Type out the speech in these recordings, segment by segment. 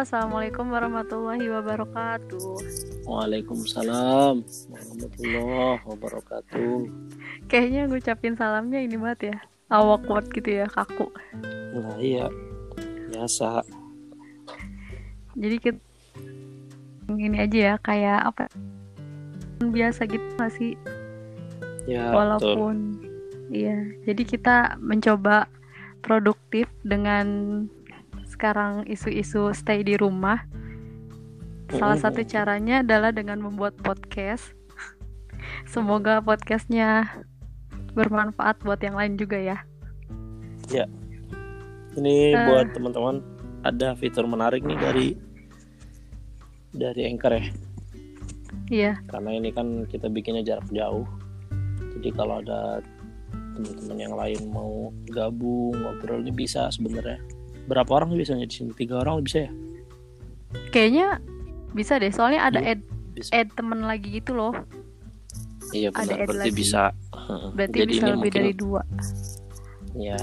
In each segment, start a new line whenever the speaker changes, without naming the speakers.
Assalamualaikum warahmatullahi wabarakatuh.
Waalaikumsalam warahmatullahi wabarakatuh.
Kayaknya ngucapin salamnya ini banget ya, awkward gitu ya, kaku.
Nah iya, biasa.
Jadi kita ini aja ya, kayak apa? Biasa gitu nggak sih?
Ya,
Walaupun iya, jadi kita mencoba produktif dengan sekarang isu-isu stay di rumah. Salah satu caranya adalah dengan membuat podcast. Semoga podcastnya bermanfaat buat yang lain juga ya.
Ya, ini buat teman-teman ada fitur menarik nih dari Anchor ya.
Iya.
Karena ini kan kita bikinnya jarak jauh. Jadi kalau ada teman-teman yang lain mau gabung ngobrol ini bisa sebenarnya. Berapa orang biasanya di sini? 3 orang bisa ya?
Kayaknya bisa deh, soalnya ada add temen lagi gitu loh.
Iya benar,
ada
berarti
lagi.
bisa.
Berarti
jadi
bisa
ini
lebih
mungkin,
dari 2.
Ya,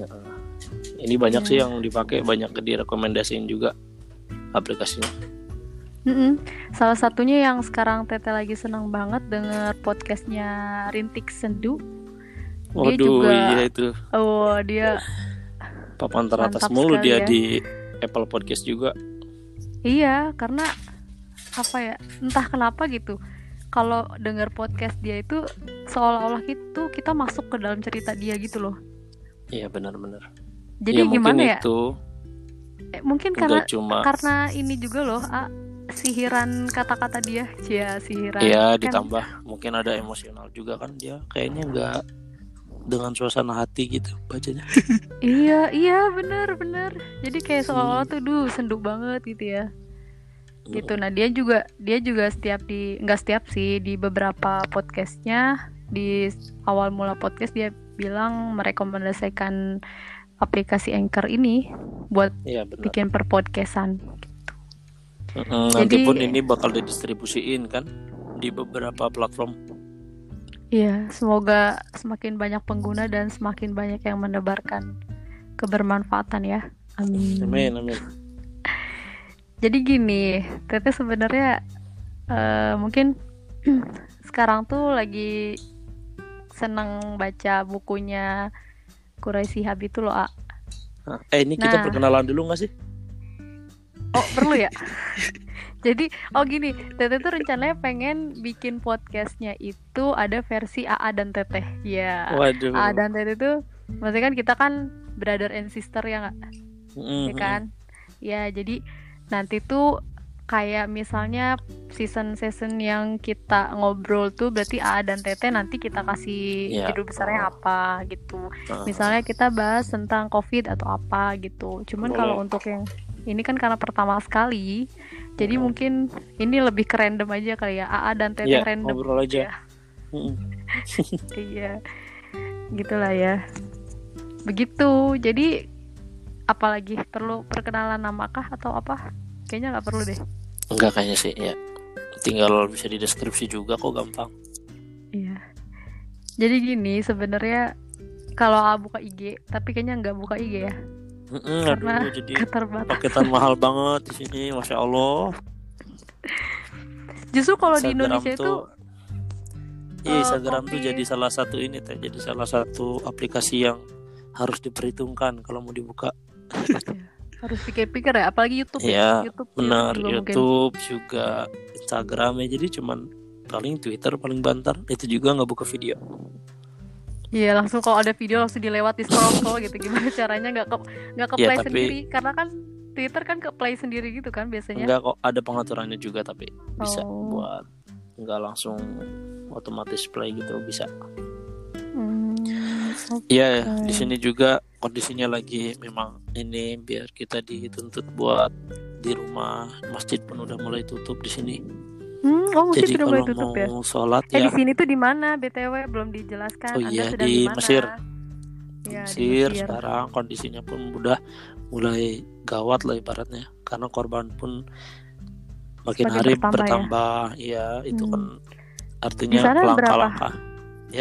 ini banyak sih yang dipakai, banyak direkomendasiin juga aplikasinya.
Salah satunya yang sekarang Tete lagi senang banget denger podcastnya Rintik Sendu. Dia juga,
iya itu.
Oh dia
papan teratas mulu dia
ya.
Di Apple Podcast juga.
Iya, karena apa ya, entah kenapa gitu. Kalau denger podcast dia itu seolah-olah gitu kita masuk ke dalam cerita dia gitu loh.
Iya benar-benar.
Jadi ya, gimana ya?
Itu
mungkin karena ini juga loh, sihiran kata-kata dia, sihiran.
Iya, ditambah mungkin ada emosional juga kan dia. Kayaknya enggak dengan suasana hati gitu bacanya.
Iya benar. Jadi kayak seolah-olah tuh sendu banget gitu ya. Gitu. Nah dia juga nggak setiap sih, di beberapa podcastnya di awal mula podcast dia bilang merekomendasikan aplikasi Anchor ini buat bikin perpodcastan gitu.
Nanti pun ini bakal didistribusiin kan di beberapa platform.
Iya, semoga semakin banyak pengguna dan semakin banyak yang menebarkan kebermanfaatan ya. Amin. Jadi gini, Tete sebenarnya mungkin sekarang tuh lagi seneng baca bukunya Quraish Shihab itu loh, A.
Ini kita perkenalan dulu nggak sih?
Oh perlu ya. Jadi gini, Tete tuh rencananya pengen bikin podcastnya itu ada versi AA dan Teteh. Ya.
Waduh.
AA dan Teteh tuh, maksudnya kan kita kan brother and sister ya nggak? Ya kan? Ya jadi nanti tuh kayak misalnya season yang kita ngobrol tuh berarti AA dan Teteh nanti kita kasih judul besarnya apa gitu. Misalnya kita bahas tentang COVID atau apa gitu. Cuman kalau untuk yang ini kan karena pertama sekali, jadi mungkin ini lebih ke random aja kali ya, AA dan Teteh random.
Ngobrol aja.
Iya, gitulah ya. Begitu. Jadi apalagi perlu perkenalan namakah atau apa? Kayaknya nggak perlu deh.
Enggak kayaknya sih ya. Tinggal bisa dideskripsi juga kok, gampang.
Iya. Jadi gini sebenarnya kalau A buka IG, tapi kayaknya nggak buka IG ya. Karena
jadi paketan mahal banget di sini, masya Allah.
Justru kalau di Indonesia itu
Instagram tuh jadi salah satu jadi salah satu aplikasi yang harus diperhitungkan kalau mau dibuka.
Harus pikir-pikir ya, apalagi YouTube
ya.
YouTube
benar, YouTube juga Instagram ya, jadi cuman paling Twitter paling banter, itu juga nggak buka video.
Iya, langsung kalau ada video langsung dilewat, di scroll gitu. Gimana caranya nggak ke play sendiri, karena kan Twitter kan ke play sendiri gitu kan biasanya.
Enggak kok, ada pengaturannya juga, tapi bisa buat nggak langsung otomatis play gitu, bisa. Iya, di sini juga kondisinya lagi memang ini biar kita dituntut buat di rumah, masjid pun udah mulai tutup di sini.
Jadi kalau mau ya?
Sholat ya.
Di sini tuh di mana BTW belum dijelaskan.
Anda sedang di Mesir. Ya, di Mesir sekarang kondisinya pun udah mulai gawat lah ibaratnya, karena korban pun makin hari bertambah ya. Itu kan artinya langkah-langkah ya.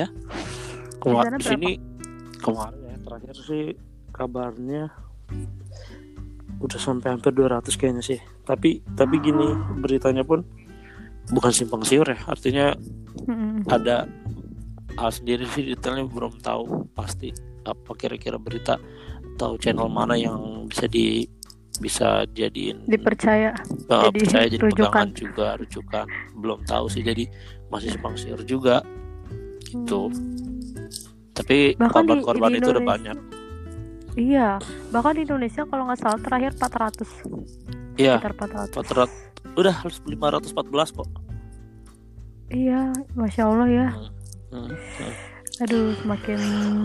Di sini kemarin ya terakhir sih kabarnya Udah sampai hampir 200 kayaknya sih. Tapi gini, beritanya pun bukan simpang siur ya. Artinya ada hal sendiri sih, detailnya belum tahu pasti apa kira-kira berita atau channel mana yang bisa jadiin
dipercaya
jadi pegangan juga, rujukan. Belum tahu sih, jadi masih simpang siur juga gitu. Tapi korban-korban itu udah banyak.
Iya, bahkan di Indonesia kalau nggak salah terakhir 400.
Iya,
sekitar 400.
Udah harus 514 kok.
Iya, Masya Allah ya. Aduh, semakin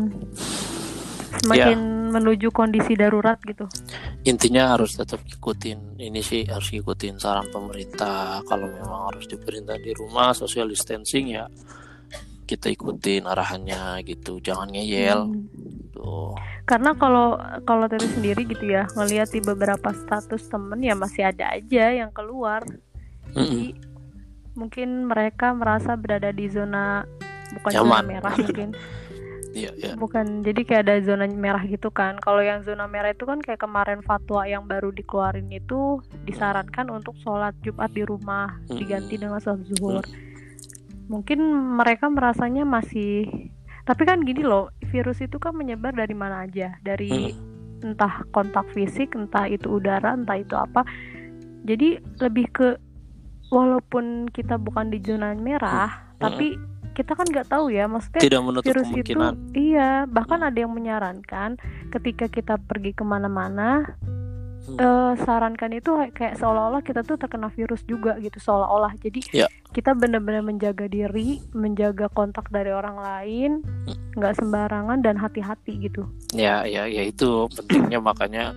menuju kondisi darurat gitu.
Intinya harus tetap ikutin ini sih, harus ikutin saran pemerintah. Kalau memang harus diperintah di rumah social distancing ya kita ikutin arahannya gitu, jangan ngeyel. Tuh.
Karena kalau Tete sendiri gitu ya, ngelihat di beberapa status temen ya masih ada aja yang keluar. Jadi mungkin mereka merasa berada di zona bukan zona merah mungkin.
Iya.
Bukan, jadi kayak ada zona merah gitu kan. Kalau yang zona merah itu kan kayak kemarin fatwa yang baru dikeluarin itu disarankan untuk sholat Jumat di rumah diganti dengan sholat zuhur. Mungkin mereka merasanya masih, tapi kan gini loh, virus itu kan menyebar dari mana aja, dari entah kontak fisik, entah itu udara, entah itu apa. Jadi lebih ke walaupun kita bukan di zona merah, tapi kita kan nggak tahu ya, maksudnya
tidak menutup
virus
kemungkinan.
Itu iya, bahkan ada yang menyarankan ketika kita pergi kemana-mana, sarankan itu kayak seolah-olah kita tuh terkena virus juga gitu, seolah-olah. Jadi kita benar-benar menjaga diri, menjaga kontak dari orang lain, nggak sembarangan dan hati-hati gitu.
Ya itu pentingnya. Makanya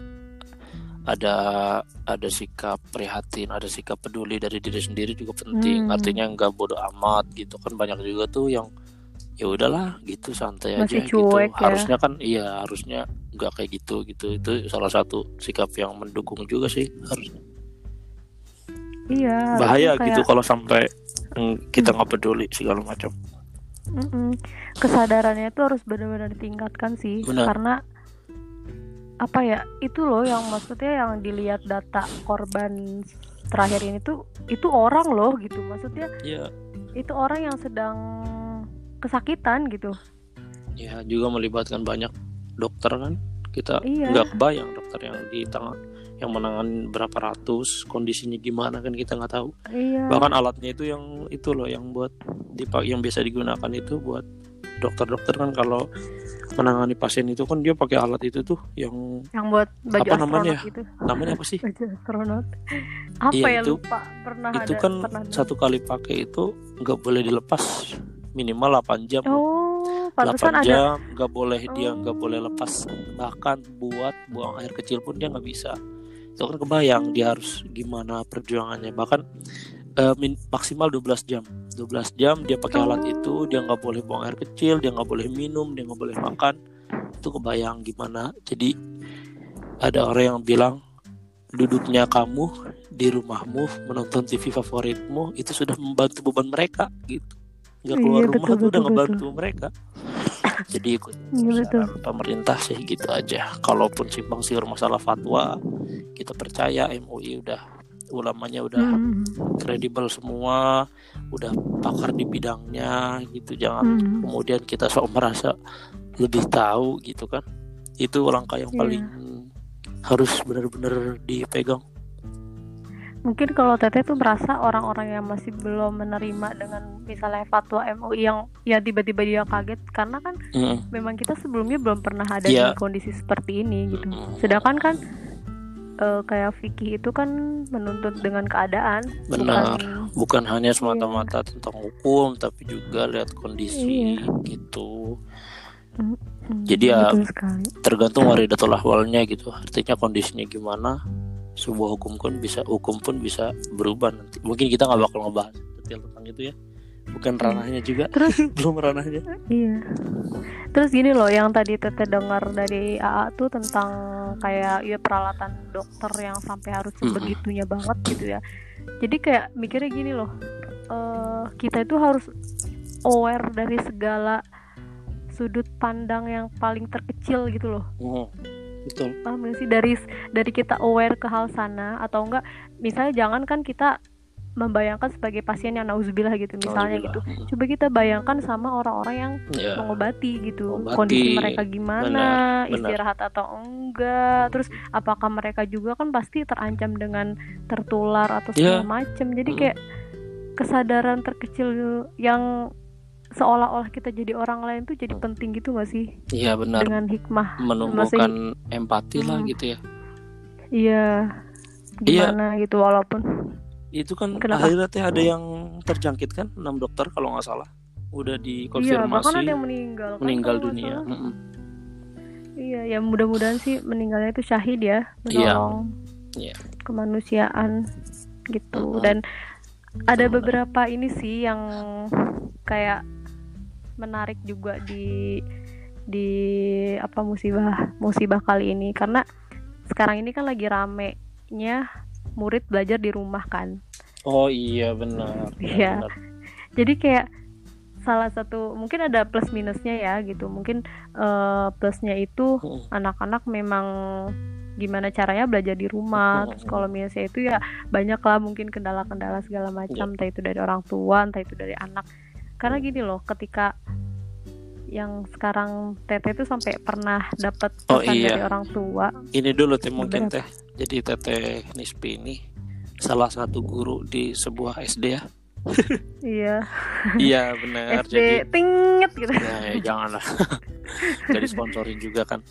ada sikap prihatin, ada sikap peduli dari diri sendiri juga penting. Artinya nggak bodoh amat gitu kan. Banyak juga tuh yang ya udahlah gitu, santai
masih
aja
cuek,
gitu. Harusnya kan harusnya nggak kayak gitu. Itu salah satu sikap yang mendukung juga sih harusnya.
Iya.
Bahaya gitu kalau sampai kita nggak peduli segala macam.
Kesadarannya itu harus benar-benar ditingkatkan sih.
Benar.
Karena apa ya, itu loh yang maksudnya yang dilihat data korban terakhir ini tuh itu orang loh gitu, maksudnya itu orang yang sedang kesakitan gitu
ya, juga melibatkan banyak dokter kan. Kita nggak kebayang dokter yang di tangan yang menangani berapa ratus, kondisinya gimana kan kita nggak tahu. Bahkan alatnya itu yang buat yang biasa digunakan itu buat dokter-dokter kan, kalau menangani pasien itu kan dia pakai alat itu tuh yang
buat baju
apa namanya
gitu.
Namanya apa sih?
Baju astronot. Apa ya, lupa.
Itu kan satu kali pakai itu nggak boleh dilepas, minimal 8 jam. 8 jam nggak boleh dia nggak boleh lepas. Bahkan buat buang air kecil pun dia nggak bisa. Itu kan kebayang dia harus gimana perjuangannya. Bahkan maksimal 12 jam dia pakai alat itu. Dia nggak boleh buang air kecil, dia nggak boleh minum, dia nggak boleh makan. Itu kebayang gimana. Jadi ada orang yang bilang duduknya kamu di rumahmu menonton TV favoritmu itu sudah membantu beban mereka gitu. Nggak keluar rumah tuh udah ngebantu mereka. Jadi ikut saran pemerintah sih gitu aja. Kalaupun simpang siur masalah fatwa, kita percaya MUI ulamanya udah kredibel semua, udah pakar di bidangnya gitu. Jangan kemudian kita sok merasa lebih tahu gitu kan. Itu langkah yang paling harus benar-benar dipegang.
Mungkin kalau Teteh tuh merasa orang-orang yang masih belum menerima dengan misalnya fatwa MUI yang ya tiba-tiba dia kaget karena kan memang kita sebelumnya belum pernah ada di kondisi seperti ini gitu. Sedangkan kan kayak fikih itu kan menuntut dengan keadaan.
Benar. Bukan hanya semata-mata tentang hukum, tapi juga lihat kondisi gitu. Jadi ya tergantung waridatul ahwalnya gitu. Artinya kondisinya gimana, sebuah hukum pun bisa berubah nanti. Mungkin kita nggak bakal ngebahas detail tentang itu ya. Bukan ranahnya juga.
Terus
belum ranahnya.
Iya. Terus gini loh, yang tadi Teteh dengar dari AA tuh tentang kayak peralatan dokter yang sampai harus sebegitunya banget gitu ya. Jadi kayak mikirnya gini loh, kita itu harus aware dari segala sudut pandang yang paling terkecil gitu loh.
Betul.
Paham gak sih, dari kita aware ke hal sana, atau enggak misalnya jangan kan kita membayangkan sebagai pasien yang nauzubillah gitu misalnya gitu. Coba kita bayangkan sama orang-orang yang mengobati gitu. Kondisi mereka gimana, benar. Istirahat atau enggak. Terus apakah mereka juga kan pasti terancam dengan tertular atau segala macam. Jadi kayak kesadaran terkecil yang seolah-olah kita jadi orang lain tuh jadi penting gitu gak sih?
Iya benar.
Dengan hikmah
menumbuhkan empati lah gitu ya.
Iya. Gimana gitu walaupun
itu kan akhirnya ada yang terjangkit kan 6 dokter kalau nggak salah udah dikonfirmasi.
Iya, bahkan ada yang
meninggal dunia.
Iya, ya mudah-mudahan sih meninggalnya itu syahid ya, menolong kemanusiaan gitu. Dan ada beberapa ini sih yang kayak menarik juga di musibah kali ini, karena sekarang ini kan lagi ramenya murid belajar di rumah kan.
Oh iya benar.
Iya. Jadi kayak salah satu mungkin ada plus minusnya ya gitu. Mungkin plusnya itu anak-anak memang gimana caranya belajar di rumah. Terus kalau minusnya itu ya banyak lah mungkin kendala-kendala segala macam, entah itu dari orang tua, entah itu dari anak. Karena gini loh, ketika yang sekarang Teteh itu sampai pernah dapat pesan dari orang tua.
Ini dulu Teh mungkin Teh. Jadi Teteh Nispi ini salah satu guru di sebuah SD ya.
Iya.
Iya benar.
SD jadi tingget gitu.
Ya janganlah. Jadi sponsorin juga kan.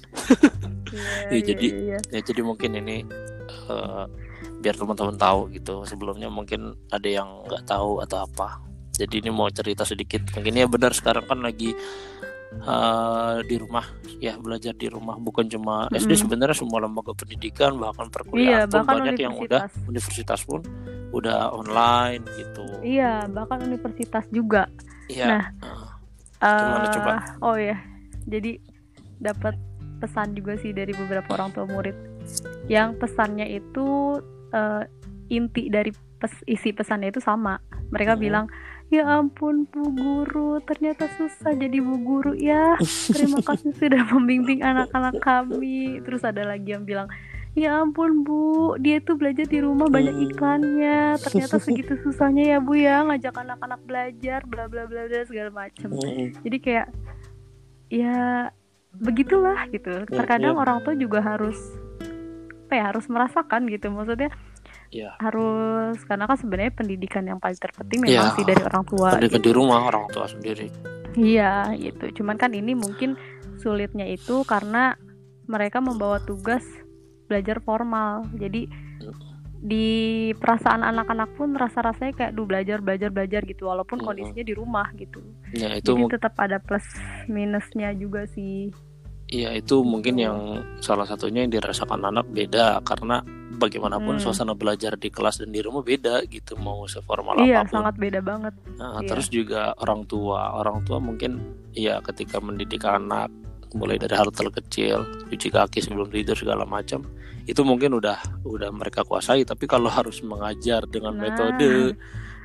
Jadi mungkin ini biar teman-teman tahu gitu. Sebelumnya mungkin ada yang nggak tahu atau apa. Jadi ini mau cerita sedikit. Mungkin ya benar sekarang kan lagi di rumah ya, belajar di rumah, bukan cuma SD, sebenarnya semua lembaga pendidikan bahkan perkuliahan pun banyak yang udah universitas pun udah online gitu.
Iya, bahkan universitas juga.
Iya. Nah, gimana coba?
Oh ya, jadi dapat pesan juga sih dari beberapa orang tua murid yang pesannya itu inti dari isi pesannya itu sama. Mereka bilang, ya ampun Bu Guru, ternyata susah jadi Bu Guru ya. Terima kasih sudah membimbing anak-anak kami. Terus ada lagi yang bilang, ya ampun Bu, dia tuh belajar di rumah banyak iklannya. Ternyata segitu susahnya ya Bu ya ngajak anak-anak belajar, bla bla bla bla segala macam. Jadi kayak ya begitulah gitu. Terkadang orang tua juga harus harus merasakan gitu, maksudnya. Harus, karena kan sebenarnya pendidikan yang paling terpenting memang sih dari orang tua.
Pendidikan di rumah orang tua sendiri.
Iya gitu. Cuman kan ini mungkin sulitnya itu karena mereka membawa tugas belajar formal. Jadi di perasaan anak-anak pun rasa-rasanya kayak belajar gitu, walaupun kondisinya di rumah gitu. Ya, itu jadi tetap ada plus minusnya juga sih.
Iya, itu mungkin yang salah satunya yang dirasakan anak beda, karena bagaimanapun suasana belajar di kelas dan di rumah beda gitu, mau seformal apapun.
Iya, sangat beda banget.
Nah, terus juga orang tua mungkin ya ketika mendidik anak mulai dari hal terkecil, cuci kaki sebelum tidur segala macam, itu mungkin udah mereka kuasai. Tapi kalau harus mengajar dengan metode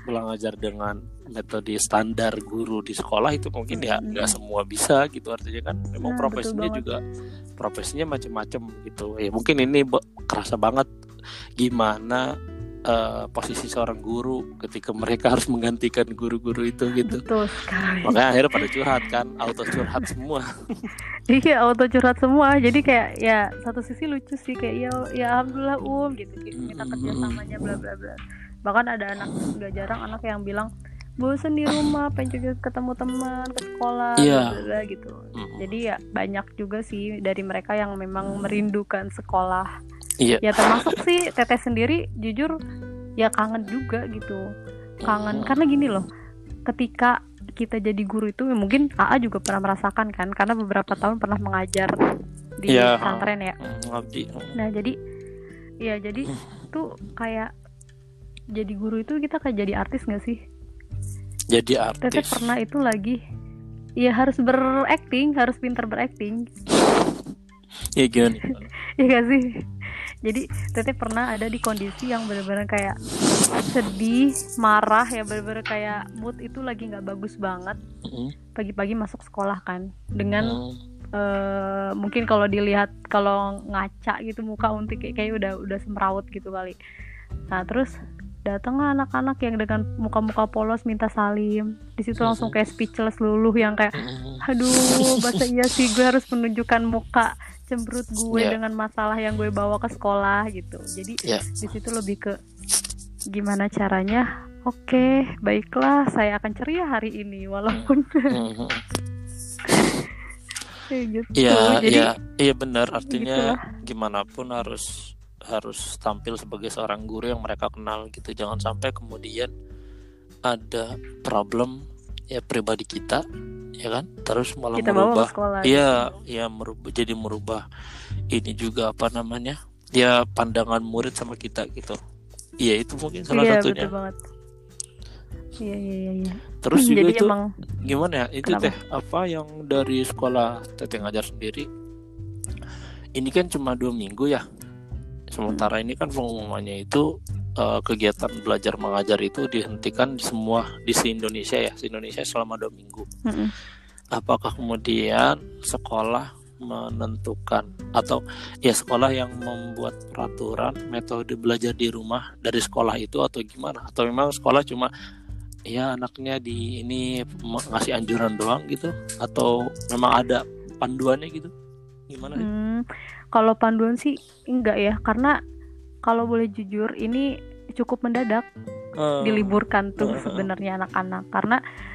standar guru di sekolah, itu mungkin ya nggak semua bisa gitu. Artinya kan memang profesinya macam-macam gitu ya. Mungkin ini kerasa banget gimana posisi seorang guru ketika mereka harus menggantikan guru-guru itu gitu.
Betul sekali.
Makanya akhirnya pada curhat kan, auto curhat semua.
Iya, auto curhat semua. Jadi kayak ya satu sisi lucu sih, kayak ya alhamdulillah gitu, kita kerjasamanya bla bla bla. Bahkan ada anak, gak jarang anak yang bilang bosan di rumah, pengen juga ketemu teman, ke sekolah, bla gitu. Jadi ya banyak juga sih dari mereka yang memang merindukan sekolah. Ya termasuk sih Teteh sendiri, jujur ya kangen juga gitu. Kangen karena gini loh, ketika kita jadi guru itu mungkin AA juga pernah merasakan kan, karena beberapa tahun pernah mengajar di pesantren ya. Nah jadi tuh kayak jadi guru itu kita kayak jadi artis gak sih?
Jadi artis.
Teteh pernah itu lagi, ya harus berakting, harus pintar berakting.
Ya gimana?
Iya gak sih? Jadi Teteh pernah ada di kondisi yang benar-benar kayak sedih, marah, ya benar-benar kayak mood itu lagi nggak bagus banget. Pagi-pagi masuk sekolah kan, dengan mungkin kalau dilihat, kalau ngaca gitu muka Unti kayak udah semrawut gitu kali. Nah terus datanglah anak-anak yang dengan muka-muka polos minta salim. Di situ langsung kayak speechless luluh, yang kayak aduh bahasa iya sih gue harus menunjukkan muka cemberut gue dengan masalah yang gue bawa ke sekolah gitu. Jadi di situ lebih ke gimana caranya, oke, baiklah saya akan ceria hari ini walaupun gitu.
Iya benar, artinya gitulah. Gimana pun harus tampil sebagai seorang guru yang mereka kenal gitu. Jangan sampai kemudian ada problem ya pribadi kita, ya kan, terus malah kita merubah jadi merubah ini juga apa namanya ya pandangan murid sama kita gitu. Iya itu mungkin salah satunya.
Betul banget. Iya.
Terus juga jadi itu gimana ya itu kenapa? Teh apa yang dari sekolah Teteh ngajar sendiri ini kan cuma 2 minggu ya. Sementara ini kan pengumumannya itu kegiatan belajar mengajar itu dihentikan di se-Indonesia ya, se-Indonesia selama 2 minggu. Apakah kemudian sekolah menentukan atau ya sekolah yang membuat peraturan metode belajar di rumah dari sekolah itu atau gimana? Atau memang sekolah cuma ya anaknya di ini ngasih anjuran doang gitu? Atau memang ada panduannya gitu? Gimana?
Kalau panduan sih enggak ya, karena kalau boleh jujur ini cukup mendadak diliburkan tuh sebenarnya anak-anak, karena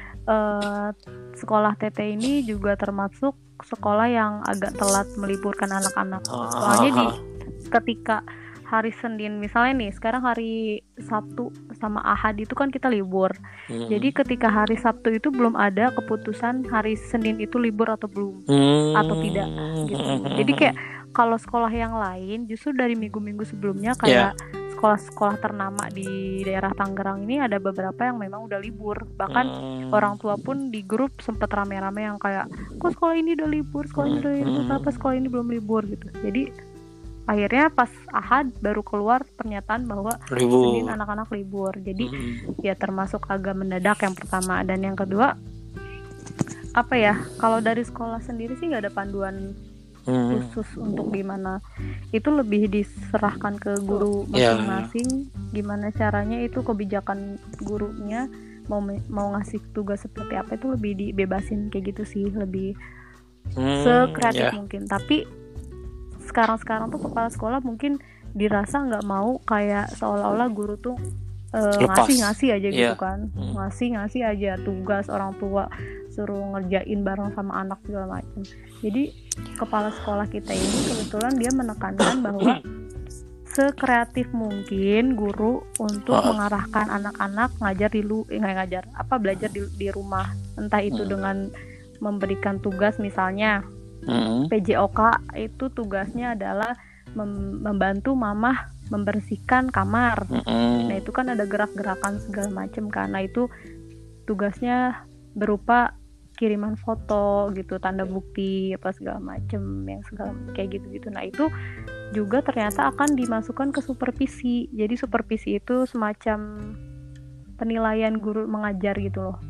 sekolah Teteh ini juga termasuk sekolah yang agak telat meliburkan anak-anak. Soalnya ketika hari Senin misalnya nih, sekarang hari Sabtu sama Ahad itu kan kita libur. Jadi ketika hari Sabtu itu belum ada keputusan hari Senin itu libur atau belum atau tidak gitu. Jadi kayak kalau sekolah yang lain justru dari minggu-minggu sebelumnya kayak sekolah-sekolah ternama di daerah Tangerang ini ada beberapa yang memang udah libur. Bahkan orang tua pun di grup sempet rame-rame yang kayak kok sekolah ini udah libur, sekolah ini udah libur, kenapa sekolah ini belum libur gitu. Jadi akhirnya pas Ahad baru keluar pernyataan bahwa Senin anak-anak libur. Jadi ya termasuk agak mendadak yang pertama. Dan yang kedua apa ya, kalau dari sekolah sendiri sih nggak ada panduan khusus untuk gimana. Itu lebih diserahkan ke guru masing-masing. Gimana caranya itu kebijakan gurunya mau ngasih tugas seperti apa itu lebih dibebasin kayak gitu sih, lebih sekreatif mungkin. Tapi sekarang tuh kepala sekolah mungkin dirasa nggak mau kayak seolah-olah guru tuh ngasih aja gitu kan, ngasih aja tugas orang tua, suruh ngerjain bareng sama anak segala macam. Jadi kepala sekolah kita ini kebetulan dia menekankan bahwa sekreatif mungkin guru untuk mengarahkan anak-anak belajar di rumah, entah itu dengan memberikan tugas misalnya. PJOK itu tugasnya adalah membantu mamah membersihkan kamar. Nah itu kan ada gerak-gerakan segala macam, karena itu tugasnya berupa kiriman foto gitu, tanda bukti apa segala macam yang segala kayak gitu-gitu. Nah itu juga ternyata akan dimasukkan ke supervisi. Jadi supervisi itu semacam penilaian guru mengajar gitu loh.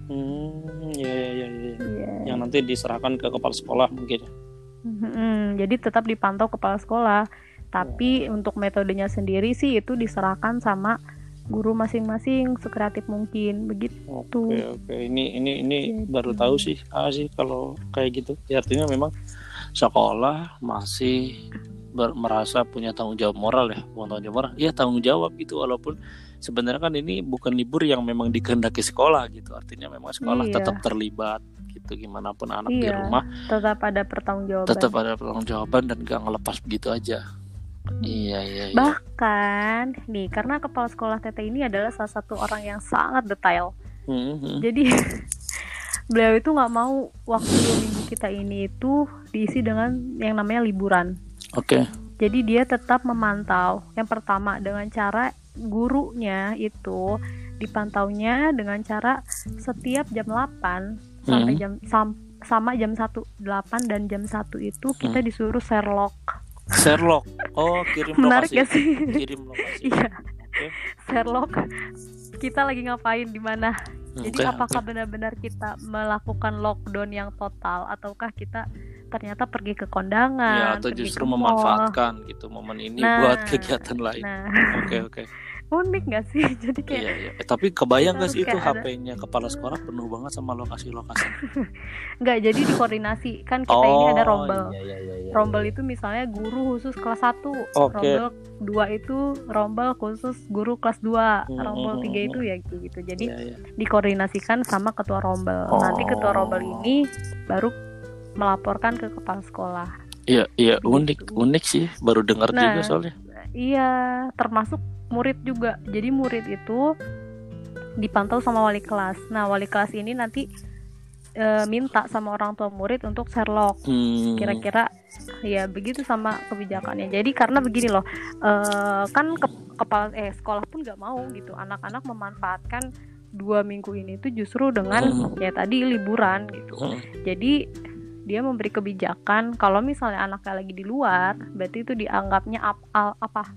Yang nanti diserahkan ke kepala sekolah mungkin.
Jadi tetap dipantau kepala sekolah, tapi untuk metodenya sendiri sih itu diserahkan sama guru masing-masing sekreatif mungkin begitu.
Oke. Ini baru tahu sih kalau kayak gitu. Ya, artinya memang sekolah masih merasa punya tanggung jawab moral ya, bukan tanggung jawab moral, ya tanggung jawab gitu, walaupun sebenarnya kan ini bukan libur yang memang dikehendaki sekolah gitu. Artinya memang sekolah tetap terlibat gitu, gimana pun anak di rumah
tetap ada pertanggungjawaban
dan gak ngelepas begitu aja. Iya.
Bahkan nih, karena kepala sekolah Teteh ini adalah salah satu orang yang sangat detail. Jadi beliau itu nggak mau waktu 2 minggu kita ini itu diisi dengan yang namanya liburan. Jadi dia tetap memantau. Yang pertama dengan cara gurunya itu dipantaunya dengan cara setiap jam 8 sampai sama jam 1, 8 dan jam 1 itu kita disuruh Sherlock. Kirim menarik
lokasi.
Gak sih?
Kirim lokasi.
Iya. Sherlock kita lagi ngapain di mana. Jadi apakah benar-benar kita melakukan lockdown yang total ataukah kita ternyata pergi ke kondangan,
ya, atau justru memanfaatkan gitu momen ini buat kegiatan lain. Oke.
Unik gak sih? Jadi kayak
iya. Tapi kebayang gak sih itu HP-nya kepala sekolah penuh banget sama lokasi-lokasi?
Enggak, jadi dikoordinasi. Kan kita ini ada rombel.
Iya.
Rombel itu misalnya guru khusus kelas 1, rombel 2 itu rombel khusus guru kelas 2, rombel 3 itu ya gitu. Jadi dikoordinasikan sama ketua rombel. Nanti ketua rombel ini baru melaporkan ke kepala sekolah.
Iya, unik sih, baru dengar juga soalnya.
Iya, termasuk murid juga. Jadi murid itu dipantau sama wali kelas. Nah, wali kelas ini nanti minta sama orang tua murid untuk Sherlock. Kira-kira ya begitu sama kebijakannya. Jadi karena begini loh, kan kepala sekolah pun nggak mau gitu. Anak-anak memanfaatkan 2 minggu ini tuh justru dengan ya tadi liburan gitu. Jadi dia memberi kebijakan kalau misalnya anaknya lagi di luar, berarti itu dianggapnya alfa.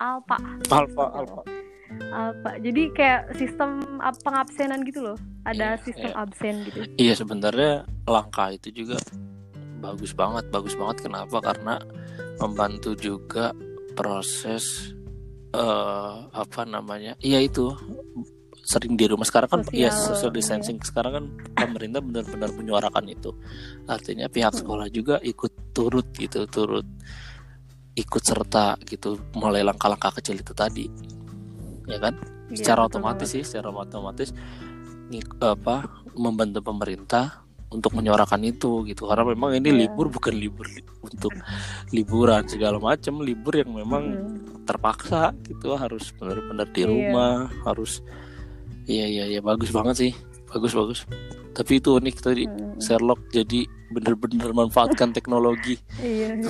Jadi kayak sistem pengabsenan gitu loh. Ada sistem absen gitu.
Iya, sebenarnya langkah itu juga bagus banget. Kenapa? Karena membantu juga proses Iya itu sering di rumah sekarang kan social distancing. Sekarang kan pemerintah benar-benar menyuarakan itu. Artinya pihak sekolah juga ikut ikut serta gitu, mulai langkah-langkah kecil itu tadi, ya kan? Secara otomatis membantu pemerintah untuk menyuarakan itu gitu. Karena memang ini libur bukan libur untuk liburan segala macam, libur yang memang terpaksa gitu, harus benar-benar di rumah, harus. Iya, bagus banget sih, bagus. Tapi itu unik tadi, Sherlock jadi benar-benar manfaatkan teknologi.
Iya.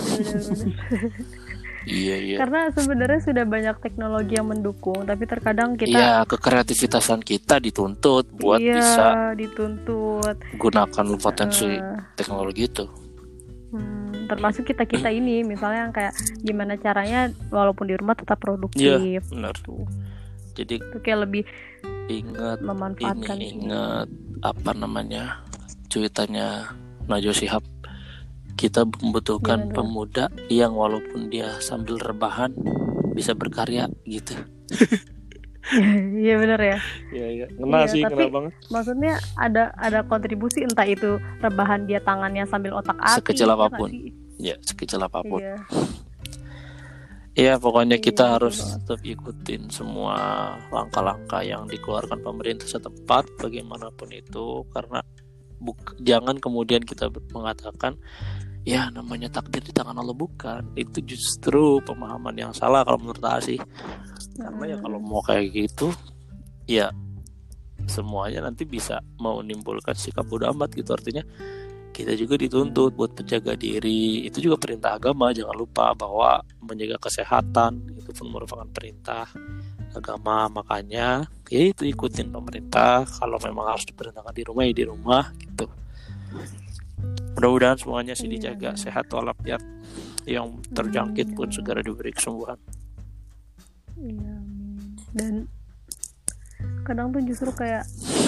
Iya.
Karena sebenarnya sudah banyak teknologi yang mendukung, tapi terkadang kita.
Iya, kekreativitasan kita dituntut buat bisa gunakan potensi teknologi itu.
Termasuk kita ini, misalnya yang kayak gimana caranya walaupun di rumah tetap produktif.
Iya, benar. Jadi
itu kayak lebih ingat
cuitannya Najwa Shihab, kita membutuhkan pemuda yang walaupun dia sambil rebahan bisa berkarya gitu.
Iya benar ya.
Iya. Kena banget.
Maksudnya ada kontribusi, entah itu rebahan dia tangannya sambil otak-atik
sekecil apapun. Ya, sekecil apapun. Iya, pokoknya kita harus tetap ikutin semua langkah-langkah yang dikeluarkan pemerintah setempat bagaimanapun itu, karena jangan kemudian kita mengatakan ya namanya takdir di tangan Allah, bukan. Itu justru pemahaman yang salah kalau menurut saya sih. Karena ya kalau mau kayak gitu ya semuanya nanti bisa mau menimbulkan sikap bodo amat gitu. Artinya kita juga dituntut buat menjaga diri. Itu juga perintah agama, jangan lupa bahwa menjaga kesehatan itu pun merupakan perintah agama. Makanya ya itu ikutin pemerintah. Kalau memang harus diperintahkan di rumah ya di rumah gitu. Mudah-mudahan semuanya sih dijaga sehat walafiat, yang terjangkit pun segera diberi kesembuhan.
Iya. Dan kadang tuh justru kayak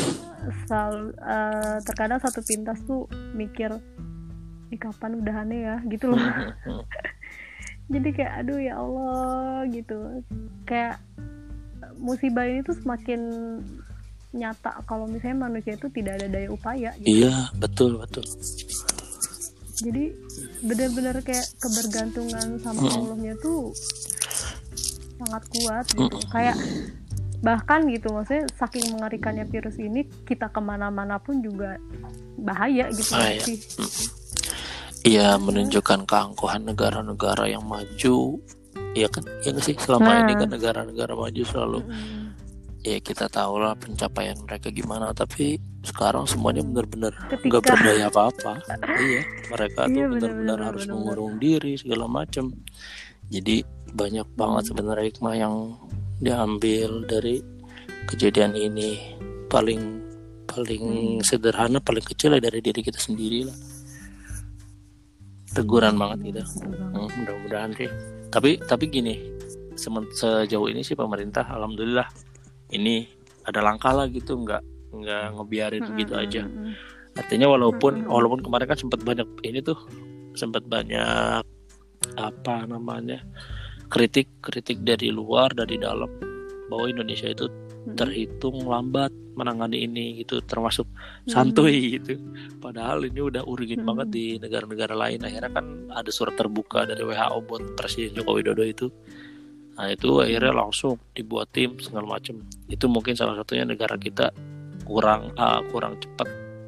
terkadang satu pintas tuh mikir kapan udahannya ya gitu loh. Jadi kayak aduh ya Allah gitu, kayak musibah ini tuh semakin nyata kalau misalnya manusia itu tidak ada daya upaya gitu.
Iya betul.
Jadi benar-benar kayak kebergantungan sama Allahnya tuh sangat kuat gitu. Kayak bahkan gitu, maksudnya saking mengerikannya virus ini, kita kemana-mana pun juga bahaya gitu sih.
Iya, menunjukkan keangkuhan negara-negara yang maju, ya kan? Ya nggak sih, selama ini kan negara-negara maju selalu ya kita tahu lah pencapaian mereka gimana, tapi sekarang semuanya benar-benar nggak berdaya apa-apa. Iya, mereka tuh benar-benar harus mengurung diri segala macam. Jadi banyak banget sebenarnya hikmah yang diambil dari kejadian ini. Paling sederhana, paling kecil ya dari diri kita sendiri lah. Teguran banget gitu. Mudah-mudahan sih. Tapi gini, sejauh ini sih pemerintah alhamdulillah ini ada langkah lah gitu, nggak ngebiarin gitu aja. Artinya walaupun kemarin kan sempat banyak ini tuh sempat banyak apa namanya kritik dari luar dari dalam bahwa Indonesia itu terhitung lambat menangani ini gitu, termasuk santuy gitu. Padahal ini udah urgent banget di negara-negara lain. Akhirnya kan ada surat terbuka dari WHO buat Presiden Joko Widodo itu. Nah itu akhirnya langsung dibuat tim segala macam. Itu mungkin salah satunya negara kita kurang cepat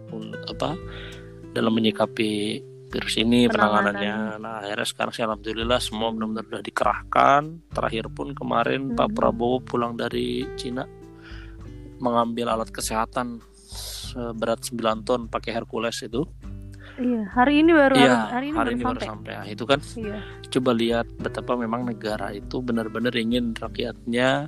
dalam menyikapi virus ini penanganannya. Nah akhirnya sekarang sih alhamdulillah semua benar-benar sudah dikerahkan. Terakhir pun kemarin Pak Prabowo pulang dari Cina mengambil alat kesehatan seberat 9 ton pakai Hercules itu.
Iya, hari ini baru
sampai. Nah, itu kan coba lihat betapa memang negara itu benar-benar ingin rakyatnya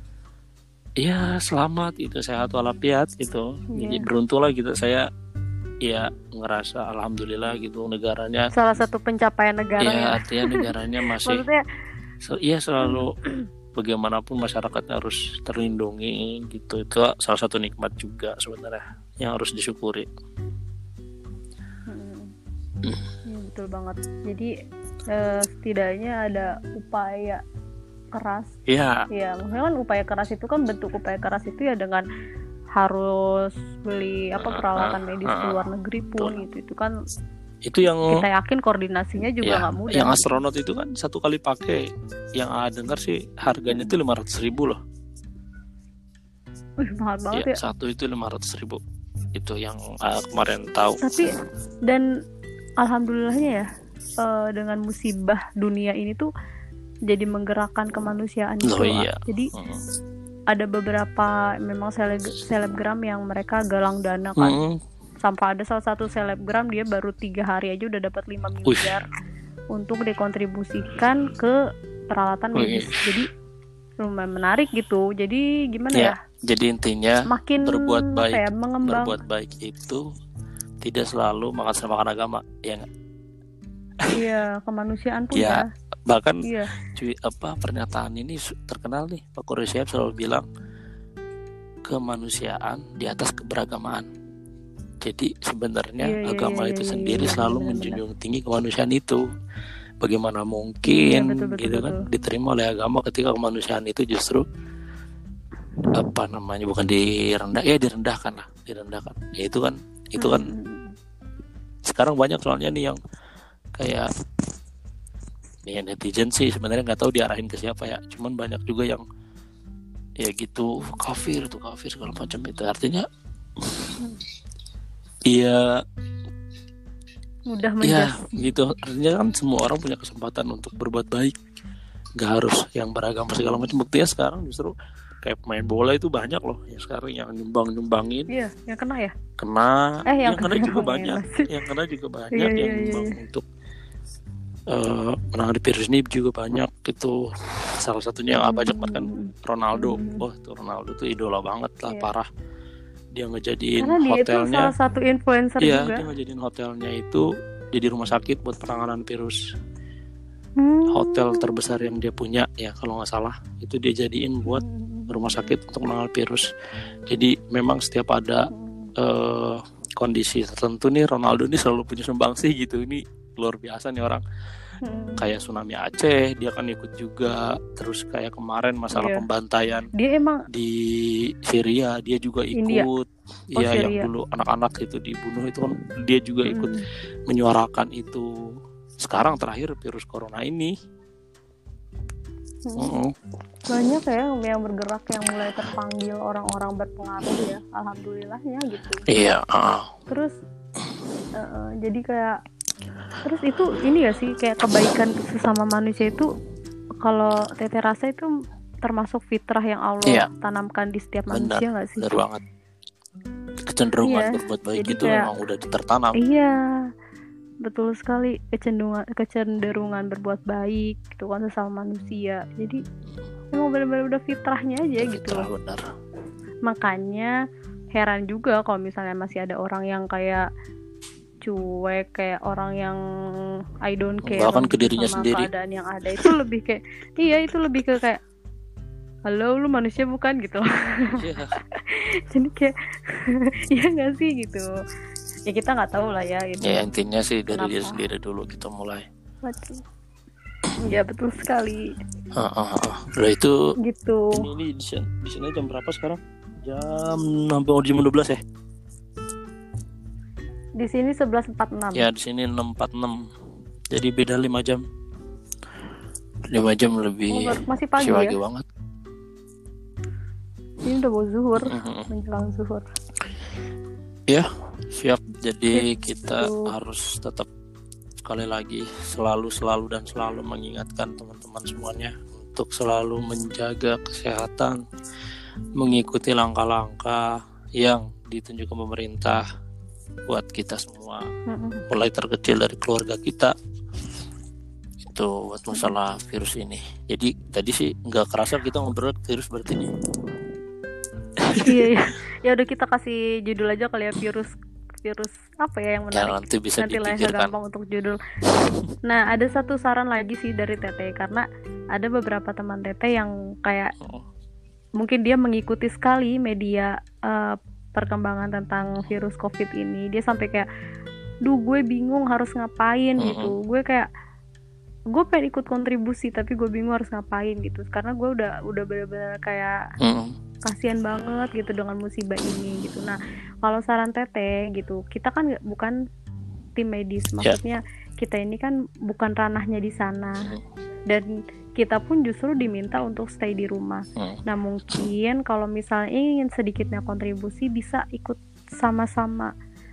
selamat itu, sehat walafiat gitu. Jadi beruntunglah gitu saya ngerasa alhamdulillah gitu negaranya.
Salah satu pencapaian negara.
Iya, artinya negaranya masih selalu bagaimanapun masyarakatnya harus terlindungi gitu. Itu salah satu nikmat juga sebenarnya yang harus disyukuri.
Betul banget. Jadi setidaknya ada upaya keras.
Iya.
Ya, maksudnya kan upaya keras itu kan bentuk upaya keras itu ya dengan harus beli peralatan medis ke luar negeri pun gitu. Itu kan
itu yang
kita yakin koordinasinya juga nggak mudah.
Yang astronot itu kan satu kali pakai, yang dengar sih harganya itu 500.000 loh.
Mahal banget ya.
Satu itu 500.000. Itu yang kemarin tahu.
Tapi dan alhamdulillahnya ya dengan musibah dunia ini tuh jadi menggerakkan kemanusiaan itu. Jadi ada beberapa memang selebgram yang mereka galang dana kan. Sampai ada salah satu selebgram dia baru 3 hari aja udah dapat 5 miliar untuk dikontribusikan ke peralatan medis. Jadi lumayan menarik gitu. Jadi gimana ya?
Jadi intinya
makin
berbuat baik itu tidak selalu makan agama, ya nggak?
Iya, kemanusiaan pun ya.
Bahkan pernyataan ini terkenal nih, Pak Quraisyah selalu bilang kemanusiaan di atas keberagamaan. Jadi sebenarnya agama itu sendiri selalu menjunjung tinggi kemanusiaan itu. Bagaimana mungkin betul. Diterima oleh agama ketika kemanusiaan itu justru bukan direndahkan. Ya itu kan sekarang banyak soalnya nih yang kayak netizen sih sebenarnya nggak tahu diarahin ke siapa ya. Cuman banyak juga yang ya gitu kafir segala macam itu. Artinya
mudah menjadi
gitu. Artinya kan semua orang punya kesempatan untuk berbuat baik, nggak harus yang beragama segala macam. Buktinya sekarang justru kayak pemain bola itu banyak loh yang sekarang yang nyumbangin.
Iya, yang kena ya?
Yang kena juga banyak. Yang kena juga banyak yang nyumbang untuk menangani virus ini juga banyak gitu. Salah satunya yang banyak banget kan Ronaldo. Tuh Ronaldo tuh idola banget lah, parah. Dia ngejadiin
karena dia
hotelnya
itu salah satu influencer juga.
Dia ngejadiin hotelnya itu jadi rumah sakit buat penanganan virus. Hotel terbesar yang dia punya ya kalau nggak salah itu dia jadiin buat rumah sakit untuk menangani virus. Jadi memang setiap ada kondisi tertentu nih Ronaldo ini selalu punya sumbangsi gitu. Ini luar biasa nih orang. Kayak tsunami Aceh dia kan ikut juga. Terus kayak kemarin masalah pembantaian
dia emang
di Syria dia juga ikut. Iya yang dulu anak-anak itu dibunuh itu kan dia juga ikut menyuarakan itu. Sekarang terakhir virus corona ini
banyak ya yang bergerak yang mulai terpanggil orang-orang berpengaruh ya, alhamdulillahnya gitu.
Iya.
Terus jadi kayak terus itu ini gak sih kayak kebaikan sesama manusia itu kalau Tete rasa itu termasuk fitrah yang Allah tanamkan di setiap manusia gak sih?
Benar banget. Kecenderungan berbuat baik itu memang udah tertanam.
Iya. Betul sekali, kecenderungan berbuat baik gitu kan sesama manusia. Jadi emang benar-benar udah fitrahnya aja gitu.
Benar.
Makanya heran juga kalau misalnya masih ada orang yang kayak cuek, kayak orang yang I don't care
bahkan ke dirinya
sama
sendiri.
Keadaan yang ada itu lebih kayak itu lebih ke kayak halo lu manusia bukan gitu. Jadi kayak iya nggak sih gitu. Ya kita nggak tahu lah ya itu.
Ya intinya sih dari diri sendiri dulu kita mulai.
Betul. Ya betul sekali.
Udah itu.
Gitu.
Ini di sini jam berapa sekarang? Jam 12 ya?
Di sini 11.46.
Ya di sini 6.46. Jadi beda 5 jam. 5 jam lebih.
Masih pagi ya?
Pagi banget.
Ini udah mau zuhur, menjelang zuhur.
Ya, siap. Jadi kita harus tetap sekali lagi selalu mengingatkan teman-teman semuanya untuk selalu menjaga kesehatan, mengikuti langkah-langkah yang ditunjukkan pemerintah buat kita semua, mulai terkecil dari keluarga kita. Itu buat masalah virus ini. Jadi tadi sih nggak kerasa kita ngobrol virus berarti nih.
Iya. Ya udah kita kasih judul aja kali ya, virus apa ya yang menarik.
Ya, nanti bisa
dipikirkan. Gampang untuk judul. Nah, ada satu saran lagi sih dari Teteh, karena ada beberapa teman Teteh yang kayak mungkin dia mengikuti sekali media perkembangan tentang virus COVID ini. Dia sampai kayak, gue bingung harus ngapain gitu. Gue pengen ikut kontribusi tapi gue bingung harus ngapain gitu, karena gue udah benar-benar kayak kasihan banget gitu dengan musibah ini gitu. Nah, kalau saran Teteh gitu, kita kan bukan tim medis, maksudnya kita ini kan bukan ranahnya di sana, dan kita pun justru diminta untuk stay di rumah. Nah, mungkin kalau misalnya ingin sedikitnya kontribusi, bisa ikut sama-sama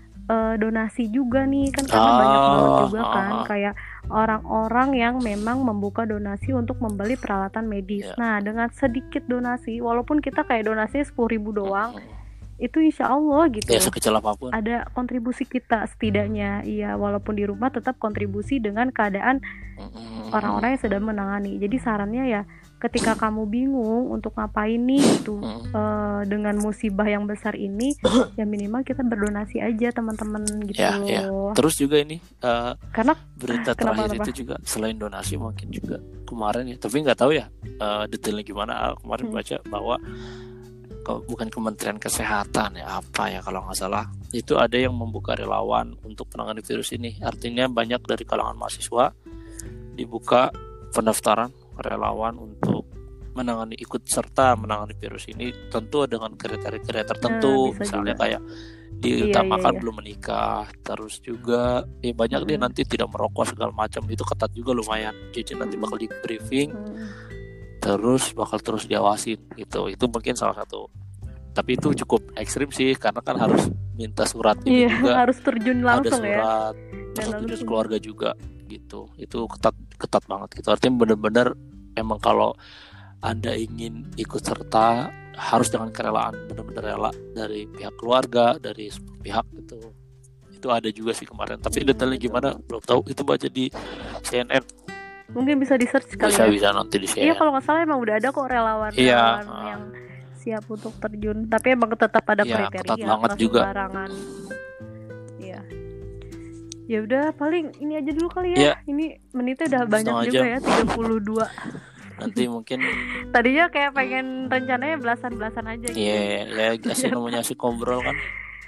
donasi juga nih kan, karena banyak banget juga kan kayak orang-orang yang memang membuka donasi untuk membeli peralatan medis. Nah, dengan sedikit donasi, walaupun kita kayak donasinya 10.000 doang, itu insya Allah gitu.
Ya, sekecil apapun.
Ada kontribusi kita setidaknya. Iya, walaupun di rumah tetap kontribusi dengan keadaan orang-orang yang sedang menangani. Jadi sarannya ya, ketika kamu bingung untuk ngapain nih gitu dengan musibah yang besar ini, ya minimal kita berdonasi aja teman-teman gitu.
Ya. Terus juga ini
karena
berita terakhir itu juga selain donasi mungkin juga kemarin ya, tapi nggak tahu ya detailnya gimana. Kemarin baca bahwa bukan Kementerian Kesehatan ya, apa ya kalau nggak salah, itu ada yang membuka relawan untuk penanganan virus ini. Artinya banyak dari kalangan mahasiswa dibuka pendaftaran relawan untuk ikut serta menangani virus ini, tentu dengan kriteria tertentu. Misalnya juga kayak diutamakan belum menikah, terus juga banyak dia nanti tidak merokok segala macam, itu ketat juga lumayan. Jadi nanti bakal di briefing, terus bakal terus diawasin gitu. Itu mungkin salah satu. Tapi itu cukup ekstrim sih, karena kan harus minta surat ini juga,
harus terjun langsung,
ada surat terus keluarga juga gitu. Itu ketat banget gitu. Artinya benar-benar emang kalau Anda ingin ikut serta harus dengan kerelaan, benar-benar rela dari pihak keluarga, dari pihak gitu. Itu ada juga sih kemarin. Tapi detailnya gimana belum tahu. Itu baca di CNN.
Mungkin bisa di search kali
ya. Bisa nanti di CNN.
Iya, kalau nggak salah emang udah ada kok relawan yang siap untuk terjun. Tapi emang tetap ada kriteria.
Ketat banget juga.
Iya. Ya udah, paling ini aja dulu kali ya. Ini menitnya udah banyak juga ya, 32.
Nanti mungkin
tadinya kayak pengen rencananya belasan aja gitu.
Iya, sih namanya asik ngobrol kan.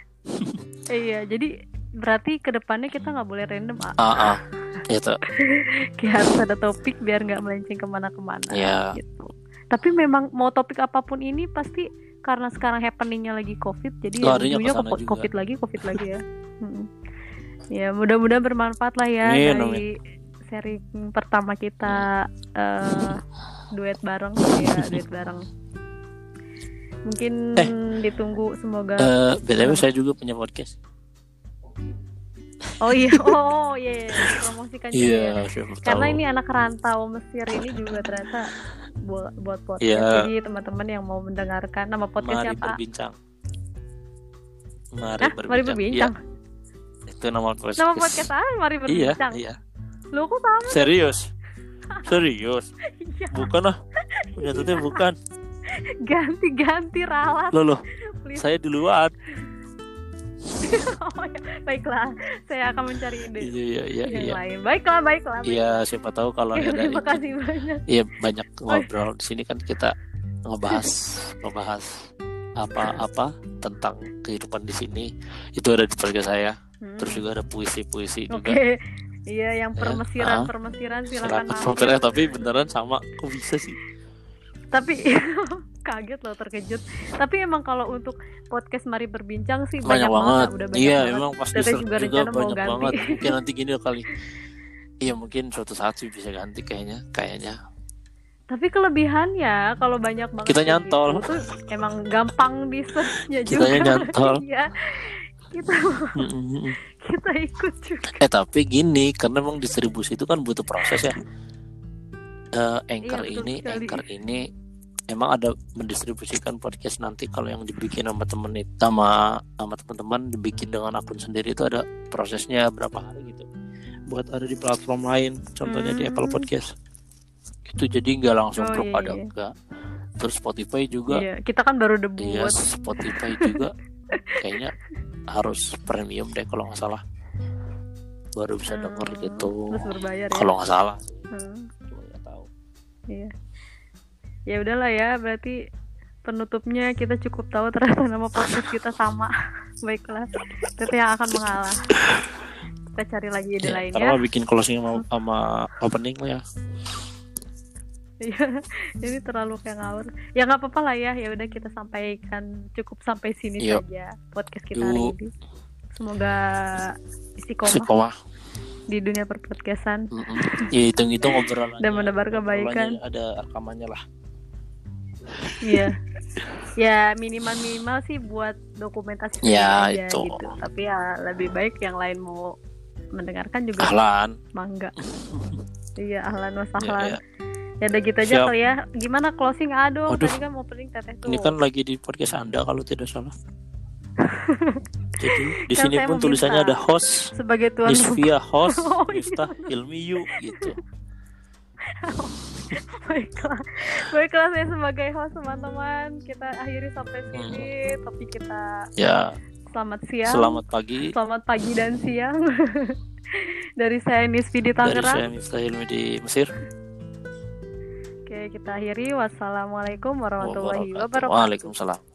Iya, jadi berarti kedepannya kita nggak boleh random.
Itu.
Kayak harus ada topik biar nggak melenceng kemana-kemana.
Iya.
Gitu. Tapi memang mau topik apapun ini pasti karena sekarang happeningnya lagi COVID, jadi ujungnya COVID lagi ya. Ya, mudah-mudahan bermanfaat lah ya dari sharing pertama kita duet bareng. Mungkin ditunggu, semoga.
BTW saya juga punya podcast.
Oh iya, promosikan juga. Karena ini anak rantau Mesir ini juga ternyata buat podcast. Jadi teman-teman yang mau mendengarkan, nama podcastnya apa? Mari berbincang.
Itu nama podcast.
Nama podcast Mari berbincang.
Iya.
Lo kok sama?
Serius. Bukan lah. Ternyata bukan.
Ganti ralat.
Loh. Saya duluan.
Baiklah, saya akan mencari ide
yang
lain. Baiklah.
Iya, siapa tahu kalau ada.
Terima kasih banyak.
Iya, banyak ngobrol di sini kan, kita ngebahas apa tentang kehidupan di sini. Itu ada di podcast saya. Terus juga ada puisi-puisi juga.
Iya, yang permesiran silakan
masuk. Tapi beneran sama, kok bisa sih?
Tapi kaget loh, terkejut. Tapi emang kalau untuk podcast Mari Berbincang sih
banyak banget.
Udah banyak
iya,
banget.
Emang pasti juga banyak banget. Mungkin nanti gini kali. Iya, mungkin suatu saat sih bisa ganti kayaknya.
Tapi kelebihannya kalau banyak banget
kita nyantol
gitu, tuh emang gampang di search-nya juga.
Kita nyantol.
Iya. Kita ikut juga.
Tapi gini, karena emang distribusi itu kan butuh proses ya. Anchor ini emang ada mendistribusikan podcast nanti. Kalau yang dibikin sama teman-teman dibikin dengan akun sendiri itu ada prosesnya berapa hari gitu buat ada di platform lain, contohnya di Apple Podcast gitu. Jadi nggak langsung ada enggak. Terus Spotify juga
kita kan baru debut.
Iya, Spotify juga kayaknya harus premium deh kalau nggak salah, baru bisa denger gitu.
Terus berbayar ya?
Kalau nggak salah.
Cuma nggak tahu. Iya. Ya udahlah ya, berarti penutupnya kita cukup tahu ternyata nama podcast kita sama. Baiklah, itu yang akan mengalah. Kita cari lagi ide lainnya.
Karena bikin closing sama opening lah ya.
Iya, ini terlalu kayak ngawur. Ya nggak apa-apa lah ya. Ya udah kita sampaikan cukup sampai sini saja podcast kita hari ini. Semoga istiqomah di dunia perpodcastan.
Ya hitung-hitung obrolan
dan menebar kebaikan.
Ada rekamannya lah.
Iya. Ya minimal sih buat dokumentasi
ya,
aja
itu.
Gitu. Tapi ya lebih baik yang lain mau mendengarkan juga.
Ahlan.
Mangga. Iya, ahlan wa sahlan. Ya udah gitu aja kali ya. Gimana closing? Aduh, tadi kan opening Teteh tuh.
Ini kan lagi di podcast Anda kalau tidak salah. Jadi di sini pun tulisannya ada host
sebagai tuan
Nisvia host, Miftah Hilmiyu gitu.
Baiklah saya sebagai host, teman-teman. Kita akhiri sampai sini. Tapi kita selamat siang, selamat pagi dan siang. Dari saya Nisvi di Tangerang.
Dari saya Miftah Hilmi di Mesir.
Oke, kita akhiri. Wassalamualaikum warahmatullahi wabarakatuh.
Waalaikumsalam.